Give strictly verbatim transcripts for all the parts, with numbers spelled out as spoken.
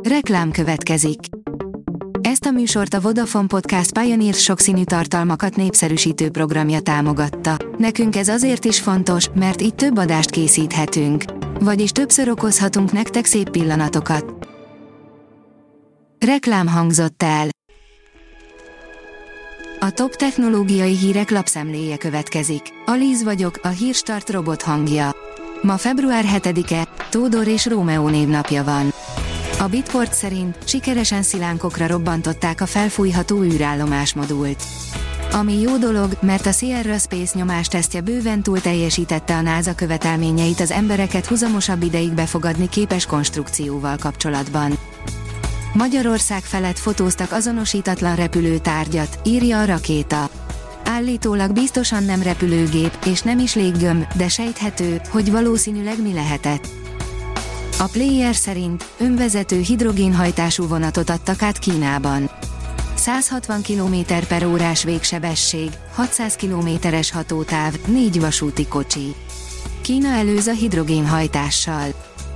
Reklám következik. Ezt a műsort a Vodafone Podcast Pioneer sokszínű tartalmakat népszerűsítő programja támogatta. Nekünk ez azért is fontos, mert így több adást készíthetünk. Vagyis többször okozhatunk nektek szép pillanatokat. Reklám hangzott el. A top technológiai hírek lapszemléje következik. Alíz vagyok, a Hírstart robot hangja. Ma február hetedike, Tódor és Rómeó névnapja van. A Bitport szerint sikeresen szilánkokra robbantották a felfújható űrállomás modult. Ami jó dolog, mert a Sierra Space nyomástesztje bőven túl teljesítette a NASA követelményeit az embereket huzamosabb ideig befogadni képes konstrukcióval kapcsolatban. Magyarország felett fotóztak azonosítatlan repülőtárgyat, írja a Rakéta. Állítólag biztosan nem repülőgép, és nem is léggömb, de sejthető, hogy valószínűleg mi lehetett. A Player szerint önvezető hidrogénhajtású vonatot adtak át Kínában. száz hatvan kilométer per órás végsebesség, hatszáz kilométeres hatótáv, négy vasúti kocsi. Kína előz a hidrogénhajtással.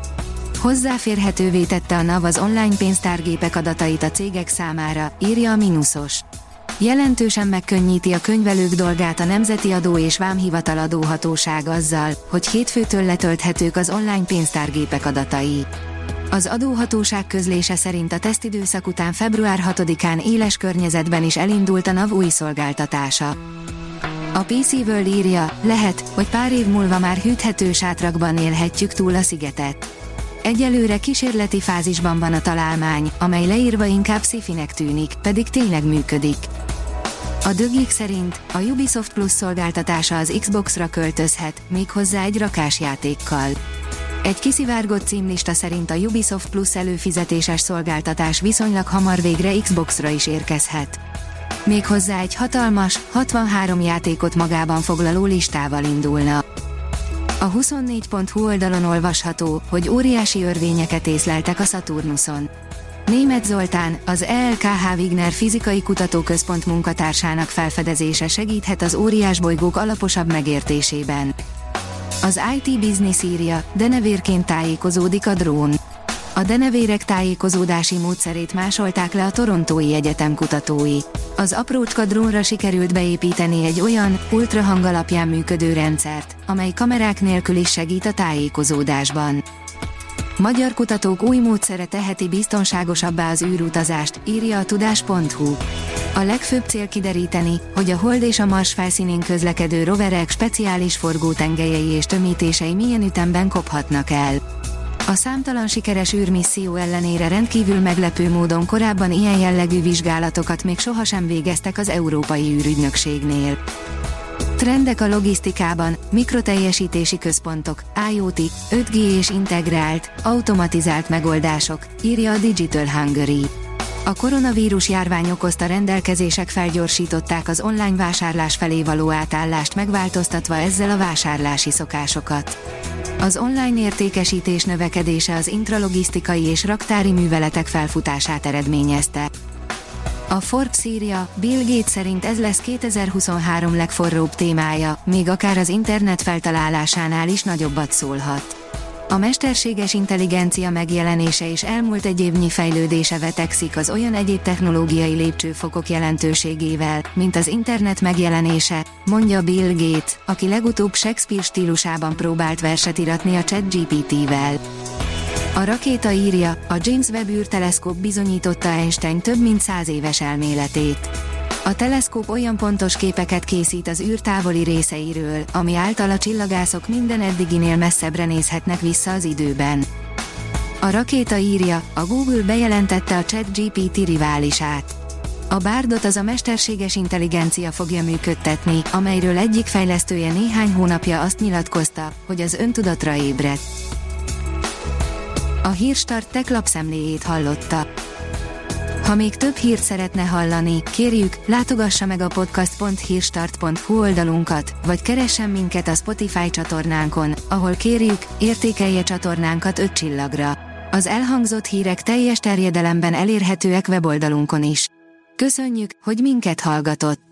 Hozzáférhetővé tette a NAV az online pénztárgépek adatait a cégek számára, írja a Minusos. Jelentősen megkönnyíti a könyvelők dolgát a Nemzeti Adó és Vámhivatal adóhatóság azzal, hogy hétfőtől letölthetők az online pénztárgépek adatai. Az adóhatóság közlése szerint a tesztidőszak után február hatodikán éles környezetben is elindult a NAV új szolgáltatása. A pé cé World írja, lehet, hogy pár év múlva már hűthető sátrakban élhetjük túl a szigetet. Egyelőre kísérleti fázisban van a találmány, amely leírva inkább sci-finek tűnik, pedig tényleg működik. A Dögik szerint a Ubisoft Plus szolgáltatása az Xbox-ra költözhet, méghozzá egy rakásjátékkal. Egy kiszivárgott címlista szerint a Ubisoft Plus előfizetéses szolgáltatás viszonylag hamar végre Xbox-ra is érkezhet. Méghozzá egy hatalmas, hatvanhárom játékot magában foglaló listával indulna. A huszonnégy pont hu oldalon olvasható, hogy óriási örvényeket észleltek a Szaturnuszon. Németh Zoltán, az é el ká há Wigner Fizikai Kutatóközpont munkatársának felfedezése segíthet az óriásbolygók alaposabb megértésében. Az i té Business írja, denevérként tájékozódik a drón. A denevérek tájékozódási módszerét másolták le a Torontói Egyetem kutatói. Az aprócska drónra sikerült beépíteni egy olyan, ultrahang alapján működő rendszert, amely kamerák nélkül is segít a tájékozódásban. Magyar kutatók új módszere teheti biztonságosabbá az űrutazást, írja a tudás pont hu. A legfőbb cél kideríteni, hogy a Hold és a Mars felszínén közlekedő roverek speciális forgótengelyei és tömítései milyen ütemben kophatnak el. A számtalan sikeres űrmisszió ellenére rendkívül meglepő módon korábban ilyen jellegű vizsgálatokat még sohasem végeztek az Európai űrügynökségnél. Trendek a logisztikában, mikroteljesítési központok, i o té, öt gé és integrált, automatizált megoldások, írja a Digital Hungary. A koronavírus járvány okozta rendelkezések felgyorsították az online vásárlás felé való átállást, megváltoztatva ezzel a vásárlási szokásokat. Az online értékesítés növekedése az intralogisztikai és raktári műveletek felfutását eredményezte. A Forbes írja, Bill Gates szerint ez lesz kétezer-huszonhárom legforróbb témája, még akár az internet feltalálásánál is nagyobbat szólhat. A mesterséges intelligencia megjelenése és elmúlt egy évnyi fejlődése vetekszik az olyan egyéb technológiai lépcsőfokok jelentőségével, mint az internet megjelenése, mondja Bill Gates, aki legutóbb Shakespeare stílusában próbált verset iratni a ChatGPT-vel. A Rakéta írja, a James Webb űrteleszkóp bizonyította Einstein több mint száz éves elméletét. A teleszkóp olyan pontos képeket készít az űr távoli részeiről, ami által a csillagászok minden eddiginél messzebbre nézhetnek vissza az időben. A Rakéta írja, a Google bejelentette a ChatGPT riválisát. A Bardot az a mesterséges intelligencia fogja működtetni, amelyről egyik fejlesztője néhány hónapja azt nyilatkozta, hogy az öntudatra ébredt. A Hírstart tech lapszemléjét hallotta. Ha még több hírt szeretne hallani, kérjük, látogassa meg a podcast pont hírstart pont hu oldalunkat, vagy keressen minket a Spotify csatornánkon, ahol kérjük, értékelje csatornánkat öt csillagra. Az elhangzott hírek teljes terjedelemben elérhetőek weboldalunkon is. Köszönjük, hogy minket hallgatott!